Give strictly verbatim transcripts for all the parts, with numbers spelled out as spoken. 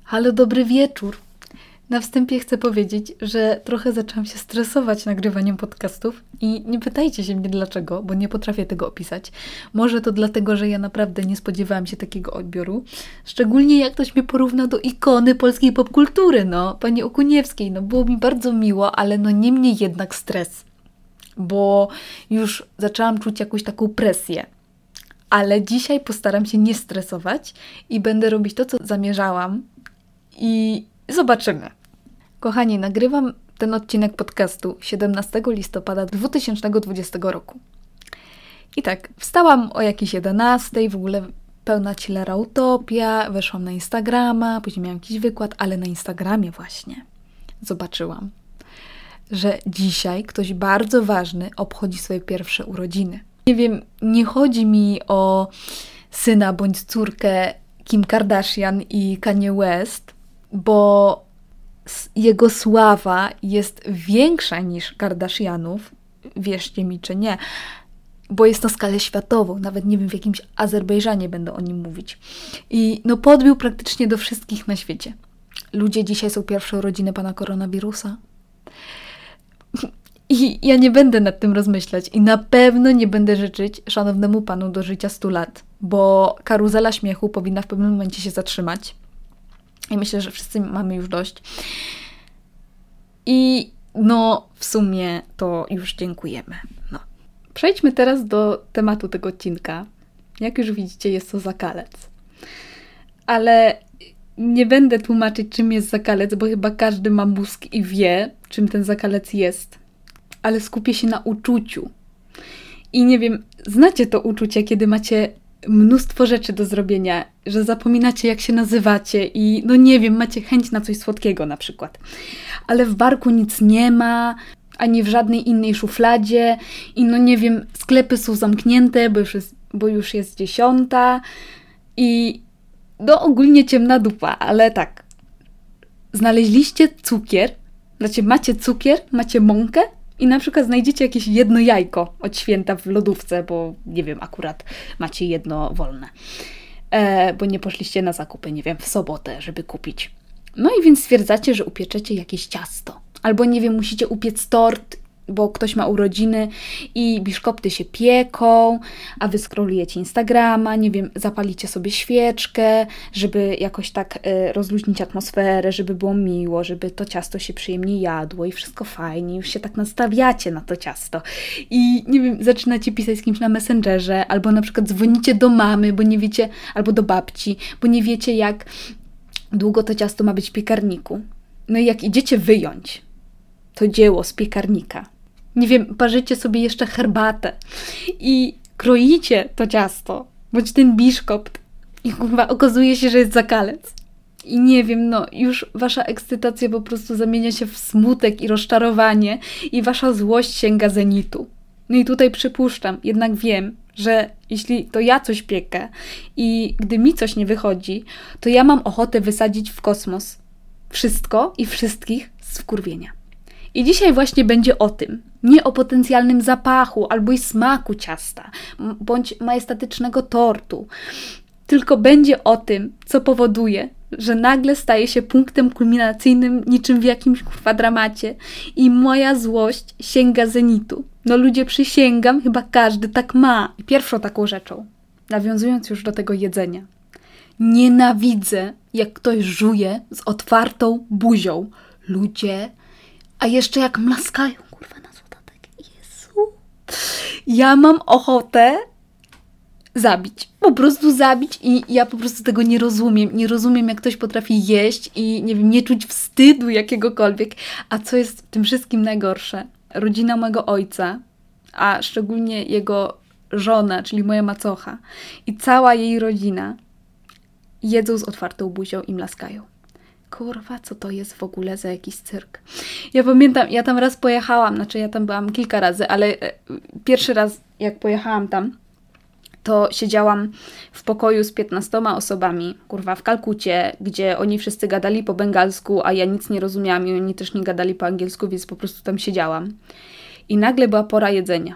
Halo, dobry wieczór. Na wstępie chcę powiedzieć, że trochę zaczęłam się stresować nagrywaniem podcastów i nie pytajcie się mnie dlaczego, bo nie potrafię tego opisać. Może to dlatego, że ja naprawdę nie spodziewałam się takiego odbioru. Szczególnie jak ktoś mnie porówna do ikony polskiej popkultury, no, pani Okuniewskiej. No, było mi bardzo miło, ale no niemniej jednak stres. Bo już zaczęłam czuć jakąś taką presję. Ale dzisiaj postaram się nie stresować i będę robić to, co zamierzałam. I zobaczymy. Kochani, nagrywam ten odcinek podcastu siedemnastego listopada dwa tysiące dwudziestego roku. I tak, wstałam o jakiejś jedenastej, w ogóle pełna chillera utopia, weszłam na Instagrama, później miałam jakiś wykład, ale na Instagramie właśnie zobaczyłam, że dzisiaj ktoś bardzo ważny obchodzi swoje pierwsze urodziny. Nie wiem, nie chodzi mi o syna bądź córkę Kim Kardashian i Kanye West, bo jego sława jest większa niż Kardashianów, wierzcie mi czy nie, bo jest na skalę światową, nawet nie wiem, w jakimś Azerbejdżanie będą o nim mówić. I no podbił praktycznie do wszystkich na świecie. Ludzie, dzisiaj są pierwsze urodziny pana koronawirusa. I ja nie będę nad tym rozmyślać i na pewno nie będę życzyć szanownemu panu do życia stu lat, bo karuzela śmiechu powinna w pewnym momencie się zatrzymać. I myślę, że wszyscy mamy już dość. I no, w sumie to już dziękujemy. No. Przejdźmy teraz do tematu tego odcinka. Jak już widzicie, jest to zakalec. Ale nie będę tłumaczyć, czym jest zakalec, bo chyba każdy ma mózg i wie, czym ten zakalec jest. Ale skupię się na uczuciu. I nie wiem, znacie to uczucie, kiedy macie mnóstwo rzeczy do zrobienia, że zapominacie, jak się nazywacie i no nie wiem, macie chęć na coś słodkiego na przykład. Ale w barku nic nie ma, ani w żadnej innej szufladzie i no nie wiem, sklepy są zamknięte, bo już jest, bo już jest dziesiąta i no ogólnie ciemna dupa, ale tak. Znaleźliście cukier, znaczy macie cukier, macie mąkę i na przykład znajdziecie jakieś jedno jajko od święta w lodówce, bo nie wiem, akurat macie jedno wolne. E, bo nie poszliście na zakupy, nie wiem, w sobotę, żeby kupić. No i więc stwierdzacie, że upieczecie jakieś ciasto. Albo nie wiem, musicie upiec tort, bo ktoś ma urodziny i biszkopty się pieką, a wy scrollujecie Instagrama, nie wiem, zapalicie sobie świeczkę, żeby jakoś tak y, rozluźnić atmosferę, żeby było miło, żeby to ciasto się przyjemnie jadło i wszystko fajnie, już się tak nastawiacie na to ciasto. I nie wiem, zaczynacie pisać z kimś na Messengerze, albo na przykład dzwonicie do mamy, bo nie wiecie, albo do babci, bo nie wiecie, jak długo to ciasto ma być w piekarniku. No i jak idziecie wyjąć to dzieło z piekarnika, nie wiem, parzycie sobie jeszcze herbatę i kroicie to ciasto, bądź ten biszkopt i kurwa okazuje się, że jest zakalec. I nie wiem, no już wasza ekscytacja po prostu zamienia się w smutek i rozczarowanie i wasza złość sięga zenitu. No i tutaj przypuszczam, jednak wiem, że jeśli to ja coś piekę i gdy mi coś nie wychodzi, to ja mam ochotę wysadzić w kosmos wszystko i wszystkich z wkurwienia. I dzisiaj właśnie będzie o tym, nie o potencjalnym zapachu albo i smaku ciasta, bądź majestatycznego tortu, tylko będzie o tym, co powoduje, że nagle staje się punktem kulminacyjnym niczym w jakimś kwadramacie i moja złość sięga zenitu. No ludzie, przysięgam, chyba każdy tak ma. I pierwszą taką rzeczą, nawiązując już do tego jedzenia, nienawidzę, jak ktoś żuje z otwartą buzią. Ludzie, a jeszcze jak mlaskają, kurwa, na złotatek. Jezu. Ja mam ochotę zabić. Po prostu zabić i ja po prostu tego nie rozumiem. Nie rozumiem, jak ktoś potrafi jeść i nie wiem, nie czuć wstydu jakiegokolwiek. A co jest w tym wszystkim najgorsze? Rodzina mojego ojca, a szczególnie jego żona, czyli moja macocha i cała jej rodzina jedzą z otwartą buzią i mlaskają. Kurwa, co to jest w ogóle za jakiś cyrk? Ja pamiętam, ja tam raz pojechałam, znaczy ja tam byłam kilka razy, ale pierwszy raz jak pojechałam tam, to siedziałam w pokoju z piętnastoma osobami, kurwa, w Kalkucie, gdzie oni wszyscy gadali po bengalsku, a ja nic nie rozumiałam i oni też nie gadali po angielsku, więc po prostu tam siedziałam. I nagle była pora jedzenia.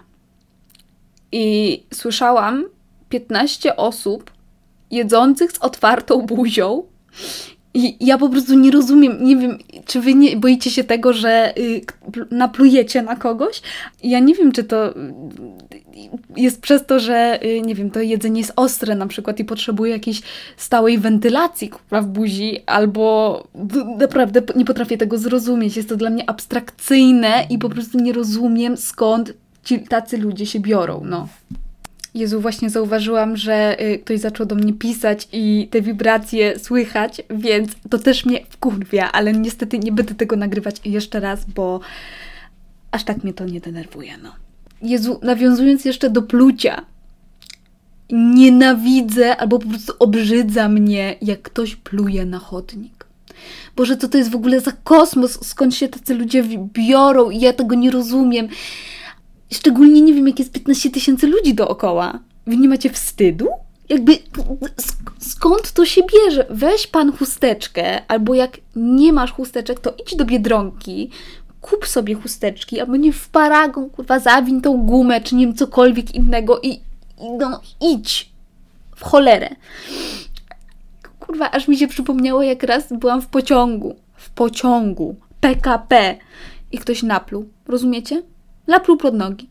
I słyszałam piętnaście osób jedzących z otwartą buzią I ja po prostu nie rozumiem, nie wiem, czy wy nie boicie się tego, że y, naplujecie na kogoś? Ja nie wiem, czy to y, jest przez to, że, y, nie wiem, to jedzenie jest ostre na przykład i potrzebuje jakiejś stałej wentylacji, kurwa, w buzi, albo d- naprawdę nie potrafię tego zrozumieć. Jest to dla mnie abstrakcyjne i po prostu nie rozumiem, skąd ci tacy ludzie się biorą, no. Jezu, właśnie zauważyłam, że y, ktoś zaczął do mnie pisać i te wibracje słychać, więc to też mnie wkurwia, ale niestety nie będę tego nagrywać jeszcze raz, bo aż tak mnie to nie denerwuje, no. Jezu, nawiązując jeszcze do plucia, nienawidzę albo po prostu obrzydza mnie, jak ktoś pluje na chodnik. Boże, co to jest w ogóle za kosmos, skąd się tacy ludzie biorą i ja tego nie rozumiem. Szczególnie nie wiem, jak jest piętnaście tysięcy ludzi dookoła. Wy nie macie wstydu? Jakby sk- skąd to się bierze? Weź pan chusteczkę, albo jak nie masz chusteczek, to idź do Biedronki, kup sobie chusteczki, albo nie w paragon, kurwa, zawiń tą gumę, czy nie wiem, cokolwiek innego i, i no idź w cholerę. Kurwa, aż mi się przypomniało, jak raz byłam w pociągu, w pociągu, P K P i ktoś napluł. Rozumiecie? Napluł pod nogi.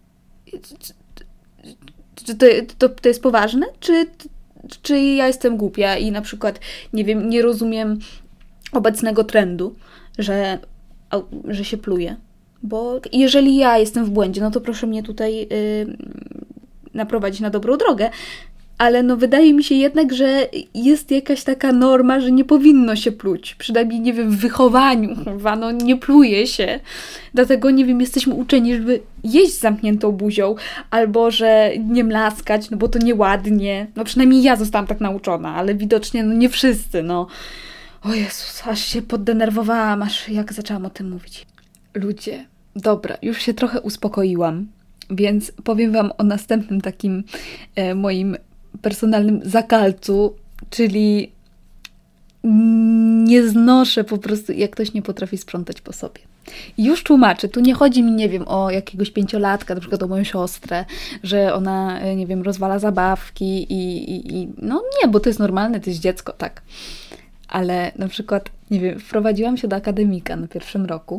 Czy to, to, to jest poważne? Czy, czy ja jestem głupia i na przykład, nie wiem, nie rozumiem obecnego trendu, że, że się pluje? Bo jeżeli ja jestem w błędzie, no to proszę mnie tutaj yy, naprowadzić na dobrą drogę. Ale no wydaje mi się jednak, że jest jakaś taka norma, że nie powinno się pluć. Przynajmniej, nie wiem, w wychowaniu, chyba, no nie pluje się. Dlatego, nie wiem, jesteśmy uczeni, żeby jeść z zamkniętą buzią, albo, że nie mlaskać, no bo to nieładnie. No przynajmniej ja zostałam tak nauczona, ale widocznie no nie wszyscy, no. O Jezus, aż się poddenerwowałam, aż jak zaczęłam o tym mówić. Ludzie, dobra, już się trochę uspokoiłam, więc powiem wam o następnym takim e, moim personalnym zakalcu, czyli nie znoszę po prostu, jak ktoś nie potrafi sprzątać po sobie. I już tłumaczę, tu nie chodzi mi, nie wiem, o jakiegoś pięciolatka, na przykład o moją siostrę, że ona, nie wiem, rozwala zabawki i, i, i no nie, bo to jest normalne, to jest dziecko, tak. Ale na przykład, nie wiem, wprowadziłam się do akademika na pierwszym roku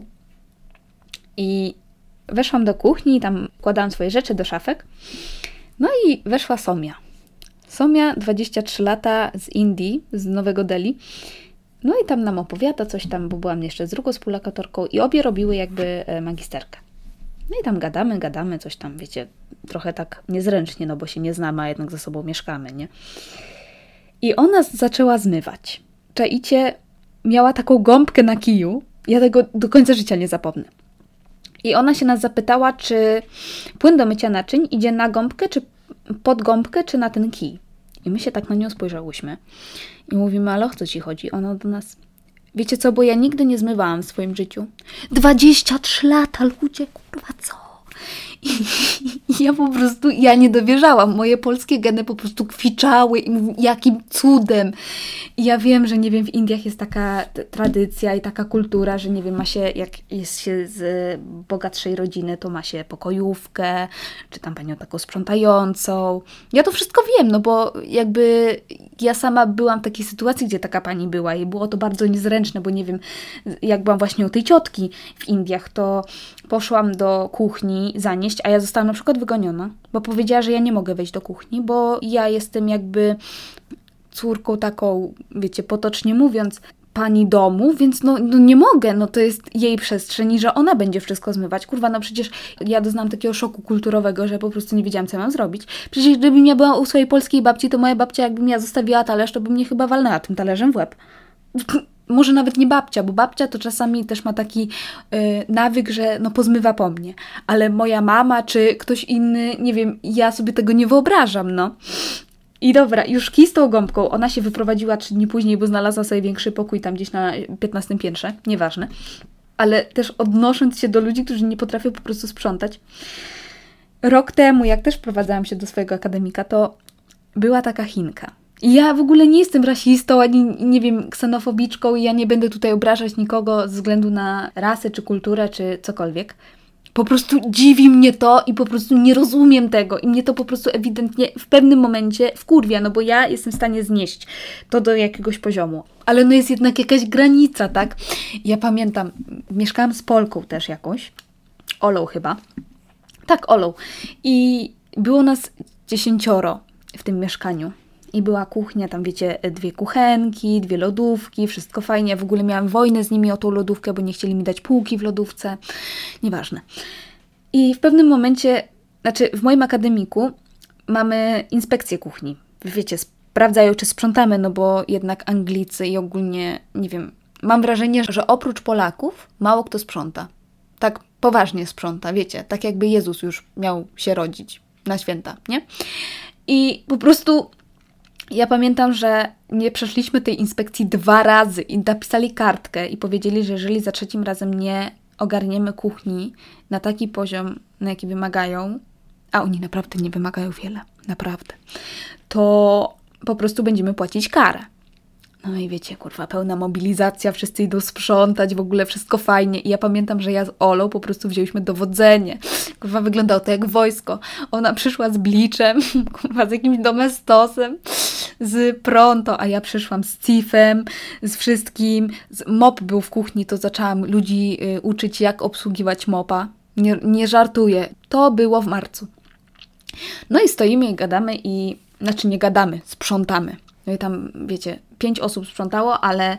i weszłam do kuchni, tam wkładałam swoje rzeczy do szafek, no i weszła Somia. Somia, dwadzieścia trzy lata, z Indii, z Nowego Delhi. No i tam nam opowiada coś tam, bo byłam jeszcze z drugą współlokatorką i obie robiły jakby magisterkę. No i tam gadamy, gadamy, coś tam, wiecie, trochę tak niezręcznie, no bo się nie znamy, a jednak ze sobą mieszkamy, nie? I ona zaczęła zmywać. Czaicie, miała taką gąbkę na kiju, ja tego do końca życia nie zapomnę. I ona się nas zapytała, czy płyn do mycia naczyń idzie na gąbkę, czy pod gąbkę, czy na ten kij. I my się tak na nią spojrzałyśmy. I mówimy, ale o co ci chodzi? Ona do nas, wiecie co, bo ja nigdy nie zmywałam w swoim życiu. dwadzieścia trzy lata, ludzie, kurwa, co? I, I ja po prostu, ja nie dowierzałam. Moje polskie geny po prostu kwiczały i mówię, jakim cudem. I ja wiem, że nie wiem, w Indiach jest taka t- tradycja i taka kultura, że nie wiem, ma się, jak jest się z bogatszej rodziny, to ma się pokojówkę, czy tam panią taką sprzątającą. Ja to wszystko wiem, no bo jakby ja sama byłam w takiej sytuacji, gdzie taka pani była i było to bardzo niezręczne, bo nie wiem, jak byłam właśnie u tej ciotki w Indiach, to poszłam do kuchni zanieść, a ja zostałam na przykład wygoniona, bo powiedziała, że ja nie mogę wejść do kuchni, bo ja jestem jakby córką taką, wiecie, potocznie mówiąc, pani domu, więc no, no nie mogę, no to jest jej przestrzeń i że ona będzie wszystko zmywać. Kurwa, no przecież ja doznałam takiego szoku kulturowego, że po prostu nie wiedziałam, co mam zrobić. Przecież gdybym ja była u swojej polskiej babci, to moja babcia jakby ja zostawiła talerz, to by mnie chyba walnęła tym talerzem w łeb. Może nawet nie babcia, bo babcia to czasami też ma taki yy, nawyk, że no pozmywa po mnie. Ale moja mama czy ktoś inny, nie wiem, ja sobie tego nie wyobrażam, no. I dobra, już kij z tą gąbką, ona się wyprowadziła trzy dni później, bo znalazła sobie większy pokój tam gdzieś na piętnastym piętrze, nieważne. Ale też odnosząc się do ludzi, którzy nie potrafią po prostu sprzątać. Rok temu, jak też prowadzałam się do swojego akademika, to była taka Chinka. I ja w ogóle nie jestem rasistą, ani nie wiem, ksenofobiczką i ja nie będę tutaj obrażać nikogo ze względu na rasę, czy kulturę, czy cokolwiek. Po prostu dziwi mnie to i po prostu nie rozumiem tego. I mnie to po prostu ewidentnie w pewnym momencie wkurwia, no bo ja jestem w stanie znieść to do jakiegoś poziomu. Ale no jest jednak jakaś granica, tak? Ja pamiętam, mieszkałam z Polką też jakąś, Olą chyba. Tak, Olą. I było nas dziesięcioro w tym mieszkaniu. I była kuchnia, tam wiecie, dwie kuchenki, dwie lodówki, wszystko fajnie. W ogóle miałam wojnę z nimi o tą lodówkę, bo nie chcieli mi dać półki w lodówce. Nieważne. I w pewnym momencie, znaczy w moim akademiku mamy inspekcję kuchni. Wiecie, sprawdzają, czy sprzątamy, no bo jednak Anglicy i ogólnie, nie wiem, mam wrażenie, że oprócz Polaków mało kto sprząta. Tak poważnie sprząta, wiecie, tak jakby Jezus już miał się rodzić na święta, nie? I po prostu ja pamiętam, że nie przeszliśmy tej inspekcji dwa razy i napisali kartkę i powiedzieli, że jeżeli za trzecim razem nie ogarniemy kuchni na taki poziom, na jaki wymagają, a oni naprawdę nie wymagają wiele, naprawdę, to po prostu będziemy płacić karę. No i wiecie, kurwa, pełna mobilizacja, wszyscy idą sprzątać, w ogóle wszystko fajnie. I ja pamiętam, że ja z Olą po prostu wzięłyśmy dowodzenie. Kurwa, wyglądało to jak wojsko. Ona przyszła z bliczem, kurwa, z jakimś domestosem, z Pronto, a ja przyszłam z Cifem, z wszystkim. Z mop był w kuchni, to zaczęłam ludzi y, uczyć, jak obsługiwać mopa. Nie, nie żartuję. To było w marcu. No i stoimy i gadamy i... Znaczy nie gadamy, sprzątamy. No i tam, wiecie, pięć osób sprzątało, ale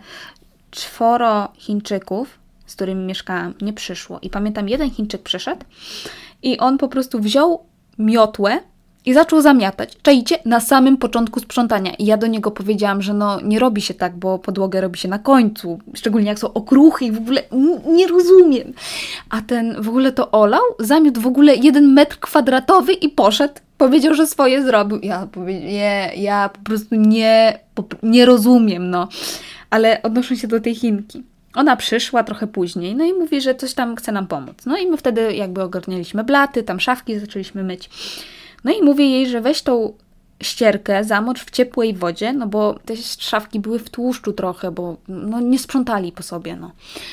czworo Chińczyków, z którymi mieszkałam, nie przyszło. I pamiętam, jeden Chińczyk przyszedł i on po prostu wziął miotłę i zaczął zamiatać. Czajcie, na samym początku sprzątania. I ja do niego powiedziałam, że no nie robi się tak, bo podłogę robi się na końcu. Szczególnie jak są okruchy i w ogóle n- nie rozumiem. A ten w ogóle to olał, zamiótł w ogóle jeden metr kwadratowy i poszedł. Powiedział, że swoje zrobił. Ja, powie- nie, ja po prostu nie, po, nie rozumiem, no. Ale odnoszę się do tej Chinki. Ona przyszła trochę później, no i mówi, że coś tam chce nam pomóc. No i my wtedy jakby ogarnialiśmy blaty, tam szafki zaczęliśmy myć. No i mówię jej, że weź tą ścierkę, zamocz w ciepłej wodzie, no bo te szafki były w tłuszczu trochę, bo no nie sprzątali po sobie, no.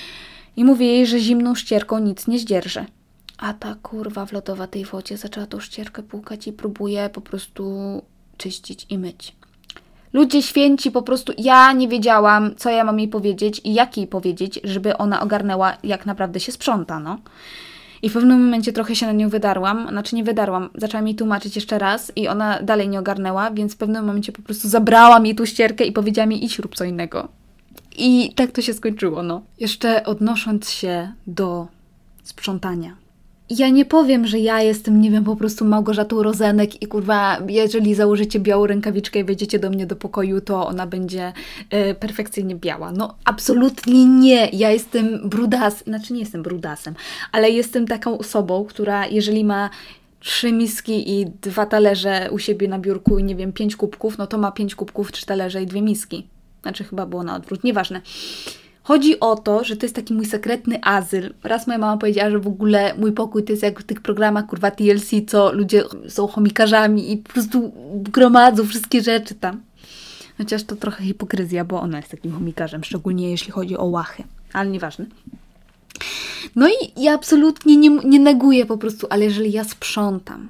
I mówię jej, że zimną ścierką nic nie zdzierżę. A ta kurwa w lodowatej wodzie zaczęła tą ścierkę płukać i próbuje po prostu czyścić i myć. Ludzie święci, po prostu ja nie wiedziałam, co ja mam jej powiedzieć i jak jej powiedzieć, żeby ona ogarnęła, jak naprawdę się sprząta, no. I w pewnym momencie trochę się na nią wydarłam, znaczy nie wydarłam, zaczęłam jej tłumaczyć jeszcze raz i ona dalej nie ogarnęła, więc w pewnym momencie po prostu zabrałam jej tą ścierkę i powiedziałam jej, idź rób co innego. I tak to się skończyło, no. Jeszcze odnosząc się do sprzątania. Ja nie powiem, że ja jestem, nie wiem, po prostu Małgorzatą Rozenek i kurwa, jeżeli założycie białą rękawiczkę i wejdziecie do mnie do pokoju, to ona będzie y, perfekcyjnie biała. No absolutnie nie. Ja jestem brudas, znaczy nie jestem brudasem, ale jestem taką osobą, która jeżeli ma trzy miski i dwa talerze u siebie na biurku i nie wiem, pięć kubków, no to ma pięć kubków, trzy talerze i dwie miski. Znaczy chyba było na odwrót, nieważne. Chodzi o to, że to jest taki mój sekretny azyl. Raz moja mama powiedziała, że w ogóle mój pokój to jest jak w tych programach, kurwa, T L C, co ludzie są chomikarzami i po prostu gromadzą wszystkie rzeczy tam. Chociaż to trochę hipokryzja, bo ona jest takim chomikarzem, szczególnie jeśli chodzi o łachy. Ale nieważne. No i ja absolutnie nie, nie neguję po prostu, ale jeżeli ja sprzątam,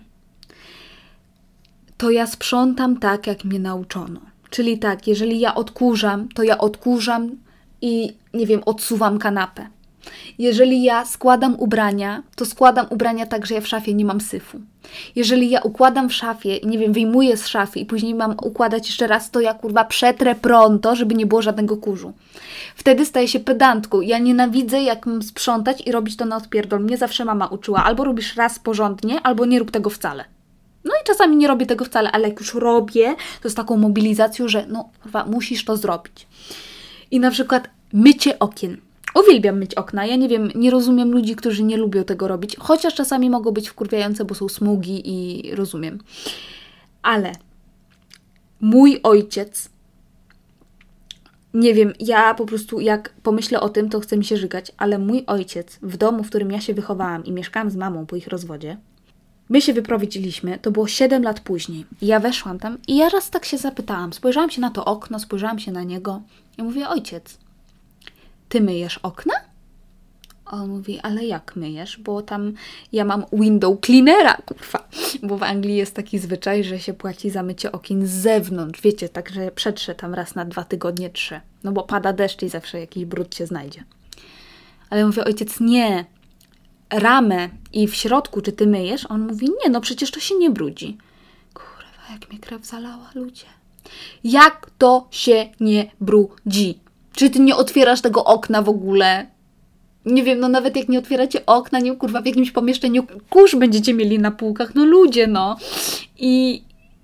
to ja sprzątam tak, jak mnie nauczono. Czyli tak, jeżeli ja odkurzam, to ja odkurzam i, nie wiem, odsuwam kanapę. Jeżeli ja składam ubrania, to składam ubrania tak, że ja w szafie nie mam syfu. Jeżeli ja układam w szafie, nie wiem, wyjmuję z szafy i później mam układać jeszcze raz, to ja kurwa przetrę pronto, żeby nie było żadnego kurzu. Wtedy staję się pedantką. Ja nienawidzę, jak mam sprzątać i robić to na odpierdol. Mnie zawsze mama uczyła, albo robisz raz porządnie, albo nie rób tego wcale. No i czasami nie robię tego wcale, ale jak już robię, to z taką mobilizacją, że no kurwa, musisz to zrobić. I na przykład mycie okien. Uwielbiam myć okna. Ja nie wiem, nie rozumiem ludzi, którzy nie lubią tego robić. Chociaż czasami mogą być wkurwiające, bo są smugi i rozumiem. Ale mój ojciec, nie wiem, ja po prostu jak pomyślę o tym, to chce mi się żygać, ale mój ojciec w domu, w którym ja się wychowałam i mieszkałam z mamą po ich rozwodzie, my się wyprowadziliśmy, to było siedem lat później. I ja weszłam tam i ja raz tak się zapytałam. Spojrzałam się na to okno, spojrzałam się na niego i mówię, ojciec, ty myjesz okna? A on mówi, ale jak myjesz? Bo tam ja mam window cleanera, kurwa. Bo w Anglii jest taki zwyczaj, że się płaci za mycie okien z zewnątrz. Wiecie, także przetrze tam raz na dwa tygodnie, trzy. No bo pada deszcz i zawsze jakiś brud się znajdzie. Ale mówię, ojciec, nie. Ramę i w środku, czy ty myjesz? On mówi, nie, no przecież to się nie brudzi. Kurwa, jak mnie krew zalała, ludzie. Jak to się nie brudzi? Czy ty nie otwierasz tego okna w ogóle? Nie wiem, no nawet jak nie otwieracie okna, nie kurwa, w jakimś pomieszczeniu kurz będziecie mieli na półkach, no ludzie, no. I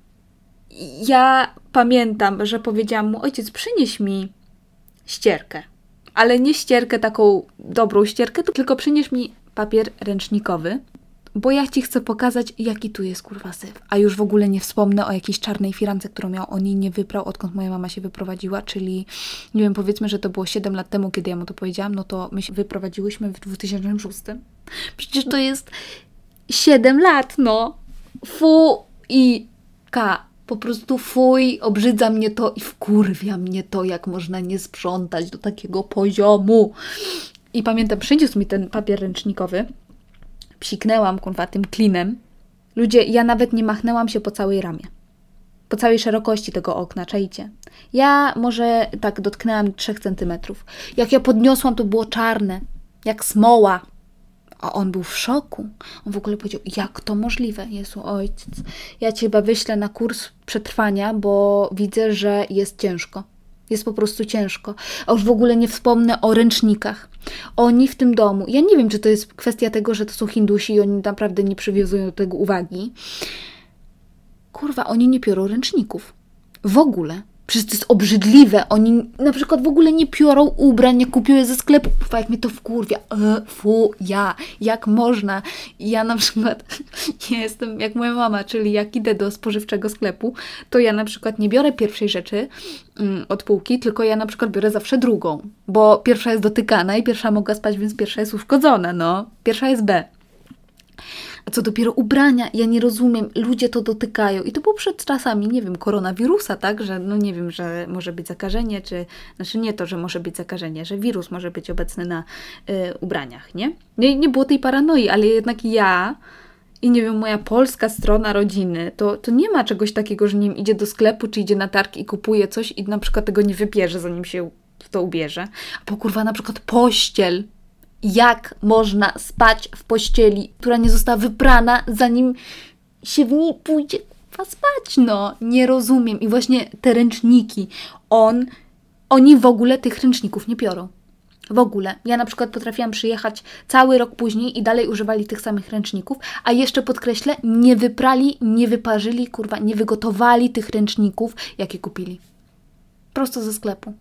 ja pamiętam, że powiedziałam mu, ojciec, przynieś mi ścierkę. Ale nie ścierkę, taką dobrą ścierkę, tylko przynieś mi papier ręcznikowy, bo ja ci chcę pokazać, jaki tu jest kurwa syf. A już w ogóle nie wspomnę o jakiejś czarnej firance, którą miał on i nie wyprał, odkąd moja mama się wyprowadziła, czyli nie wiem, powiedzmy, że to było siedem lat temu, kiedy ja mu to powiedziałam, no to my się wyprowadziłyśmy w dwa tysiące szóstym. Przecież to jest siedem lat, no. Fu i ka. Po prostu fuj, obrzydza mnie to i wkurwia mnie to, jak można nie sprzątać do takiego poziomu. I pamiętam, przyniósł mi ten papier ręcznikowy, psiknęłam, kurwa, tym klinem. Ludzie, ja nawet nie machnęłam się po całej ramie. Po całej szerokości tego okna, czajcie. Ja może tak dotknęłam trzech centymetrów. Jak ja podniosłam, to było czarne, jak smoła. A on był w szoku. On w ogóle powiedział, jak to możliwe? Jezu, ojciec, ja Cię chyba wyślę na kurs przetrwania, bo widzę, że jest ciężko. Jest po prostu ciężko. A już w ogóle nie wspomnę o ręcznikach. Oni w tym domu, ja nie wiem, czy to jest kwestia tego, że to są Hindusi i oni naprawdę nie przywiązują do tego uwagi. Kurwa, oni nie piorą ręczników. W ogóle. Przecież to jest obrzydliwe. Oni na przykład w ogóle nie piorą ubrań, nie kupią je ze sklepu. Kurwa, jak mnie to wkurwia. E, fu, ja. Jak można? Ja na przykład ja jestem jak moja mama, czyli jak idę do spożywczego sklepu, to ja na przykład nie biorę pierwszej rzeczy mm, od półki, tylko ja na przykład biorę zawsze drugą. Bo pierwsza jest dotykana i pierwsza mogła spać, więc pierwsza jest uszkodzona, no. Pierwsza jest B. A co dopiero ubrania, ja nie rozumiem, ludzie to dotykają i to było przed czasami, nie wiem, koronawirusa, tak, że no nie wiem, że może być zakażenie, czy, znaczy nie to, że może być zakażenie, że wirus może być obecny na y, ubraniach, nie? nie? Nie było tej paranoi, ale jednak ja i nie wiem, moja polska strona rodziny, to, to nie ma czegoś takiego, że nie wiem, idzie do sklepu, czy idzie na targ i kupuje coś i na przykład tego nie wybierze, zanim się w to ubierze, a po kurwa na przykład pościel. Jak można spać w pościeli, która nie została wyprana, zanim się w niej pójdzie spać? No, nie rozumiem. I właśnie te ręczniki, on, oni w ogóle tych ręczników nie piorą. W ogóle. Ja na przykład potrafiłam przyjechać cały rok później i dalej używali tych samych ręczników, a jeszcze podkreślę, nie wyprali, nie wyparzyli, kurwa, nie wygotowali tych ręczników, jakie kupili. Prosto ze sklepu.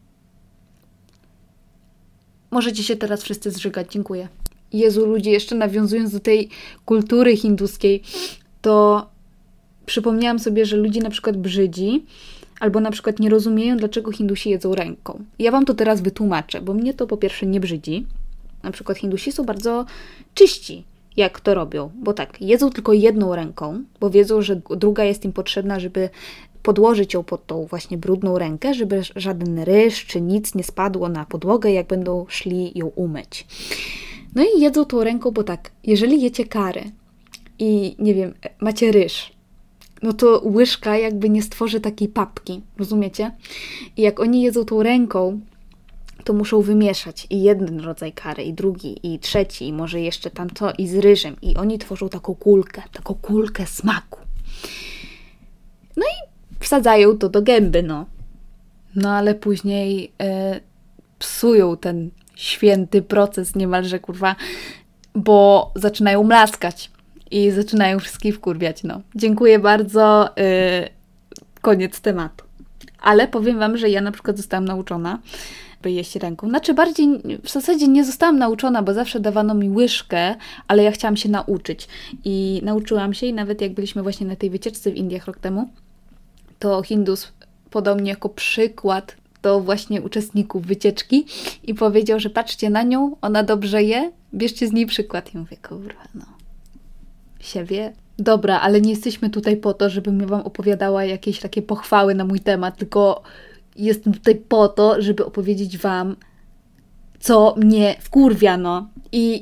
Możecie się teraz wszyscy zżygać, dziękuję. Jezu, ludzie, jeszcze nawiązując do tej kultury hinduskiej, to przypomniałam sobie, że ludzi na przykład brzydzi, albo na przykład nie rozumieją, dlaczego Hindusi jedzą ręką. Ja wam to teraz wytłumaczę, bo mnie to po pierwsze nie brzydzi. Na przykład Hindusi są bardzo czyści, jak to robią, bo tak, jedzą tylko jedną ręką, bo wiedzą, że druga jest im potrzebna, żeby podłożyć ją pod tą właśnie brudną rękę, żeby żaden ryż czy nic nie spadło na podłogę, jak będą szli ją umyć. No i jedzą tą ręką, bo tak, jeżeli jecie curry i nie wiem, macie ryż, no to łyżka jakby nie stworzy takiej papki, rozumiecie? I jak oni jedzą tą ręką, to muszą wymieszać i jeden rodzaj curry, i drugi, i trzeci, i może jeszcze tam to, i z ryżem. I oni tworzą taką kulkę, taką kulkę smaku. No i wsadzają to do gęby, no. No ale później e, psują ten święty proces niemalże, kurwa, bo zaczynają mlaskać i zaczynają wszystkich wkurwiać, no. Dziękuję bardzo, e, koniec tematu. Ale powiem wam, że ja na przykład zostałam nauczona, by jeść ręką. Znaczy bardziej, w zasadzie nie zostałam nauczona, bo zawsze dawano mi łyżkę, ale ja chciałam się nauczyć. I nauczyłam się i nawet jak byliśmy właśnie na tej wycieczce w Indiach rok temu, to Hindus podał mnie jako przykład do właśnie uczestników wycieczki i powiedział, że patrzcie na nią, ona dobrze je, bierzcie z niej przykład. I mówię, kurwa, no, się wie. Dobra, ale nie jesteśmy tutaj po to, żebym ja wam opowiadała jakieś takie pochwały na mój temat, tylko jestem tutaj po to, żeby opowiedzieć wam, co mnie wkurwia, no. I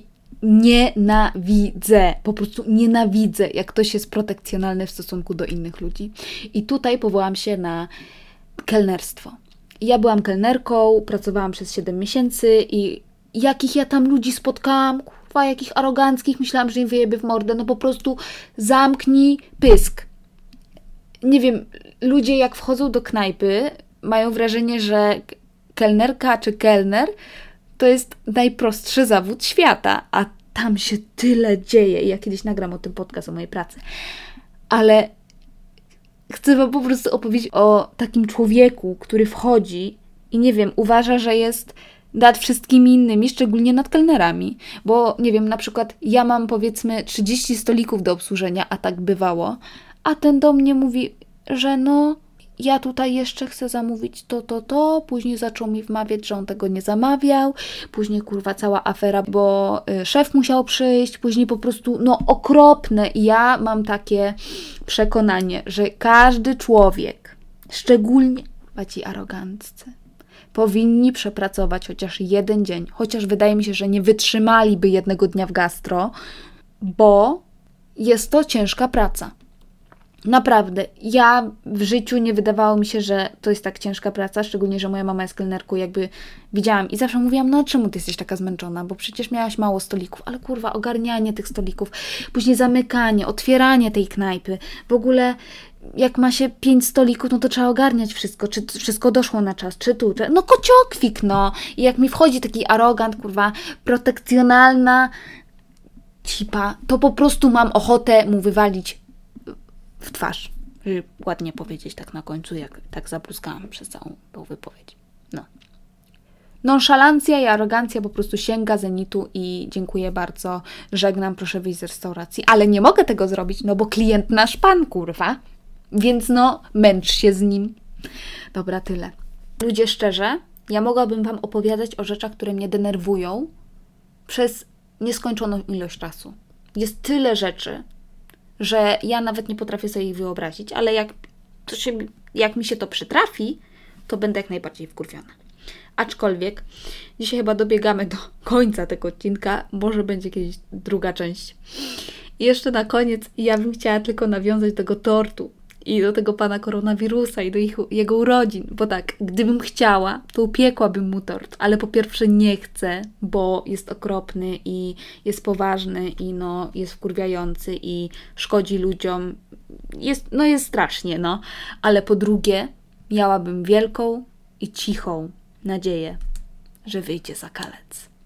nienawidzę, po prostu nienawidzę, jak ktoś jest protekcjonalny w stosunku do innych ludzi. I tutaj powołam się na kelnerstwo. Ja byłam kelnerką, pracowałam przez siedem miesięcy i jakich ja tam ludzi spotkałam, kurwa, jakich aroganckich, myślałam, że im wyjebie w mordę, no po prostu zamknij pysk. Nie wiem, ludzie jak wchodzą do knajpy, mają wrażenie, że kelnerka czy kelner to jest najprostszy zawód świata, a tam się tyle dzieje. Ja kiedyś nagram o tym podcast, o mojej pracy. Ale chcę wam po prostu opowiedzieć o takim człowieku, który wchodzi i nie wiem, uważa, że jest nad wszystkimi innymi, szczególnie nad kelnerami. Bo nie wiem, na przykład ja mam powiedzmy trzydzieści stolików do obsłużenia, a tak bywało, a ten do mnie mówi, że no ja tutaj jeszcze chcę zamówić to, to, to, później zaczął mi wmawiać, że on tego nie zamawiał, później kurwa cała afera, bo y, szef musiał przyjść, później po prostu, no okropne. I ja mam takie przekonanie, że każdy człowiek, szczególnie kurwa ci aroganccy, powinni przepracować chociaż jeden dzień, chociaż wydaje mi się, że nie wytrzymaliby jednego dnia w gastro, bo jest to ciężka praca. Naprawdę, ja w życiu nie wydawało mi się, że to jest tak ciężka praca, szczególnie, że moja mama jest kelnerką, jakby widziałam i zawsze mówiłam, no czemu ty jesteś taka zmęczona, bo przecież miałaś mało stolików, ale kurwa, ogarnianie tych stolików, później zamykanie, otwieranie tej knajpy, w ogóle jak ma się pięć stolików, no to trzeba ogarniać wszystko, czy wszystko doszło na czas, czy tu, czy... no kociokwik, no. I jak mi wchodzi taki arogant, kurwa, protekcjonalna cipa, to po prostu mam ochotę mu wywalić w twarz, żeby ładnie powiedzieć tak na końcu, jak tak zabluskałam przez całą tą wypowiedź. No. Nonszalancja i arogancja po prostu sięga zenitu i dziękuję bardzo, żegnam, proszę wyjść z restauracji, ale nie mogę tego zrobić, no bo klient nasz pan, kurwa, więc no, męcz się z nim. Dobra, tyle. Ludzie, szczerze, ja mogłabym wam opowiadać o rzeczach, które mnie denerwują przez nieskończoną ilość czasu. Jest tyle rzeczy, że ja nawet nie potrafię sobie ich wyobrazić, ale jak, to się, jak mi się to przytrafi, to będę jak najbardziej wkurwiona. Aczkolwiek dzisiaj chyba dobiegamy do końca tego odcinka, może będzie kiedyś druga część. I jeszcze na koniec ja bym chciała tylko nawiązać do tego tortu i do tego pana koronawirusa i do ich, jego urodzin, bo tak, gdybym chciała, to upiekłabym mu tort, ale po pierwsze nie chcę, bo jest okropny i jest poważny i no, jest wkurwiający i szkodzi ludziom, jest, no jest strasznie, no, ale po drugie miałabym wielką i cichą nadzieję, że wyjdzie Zakalec.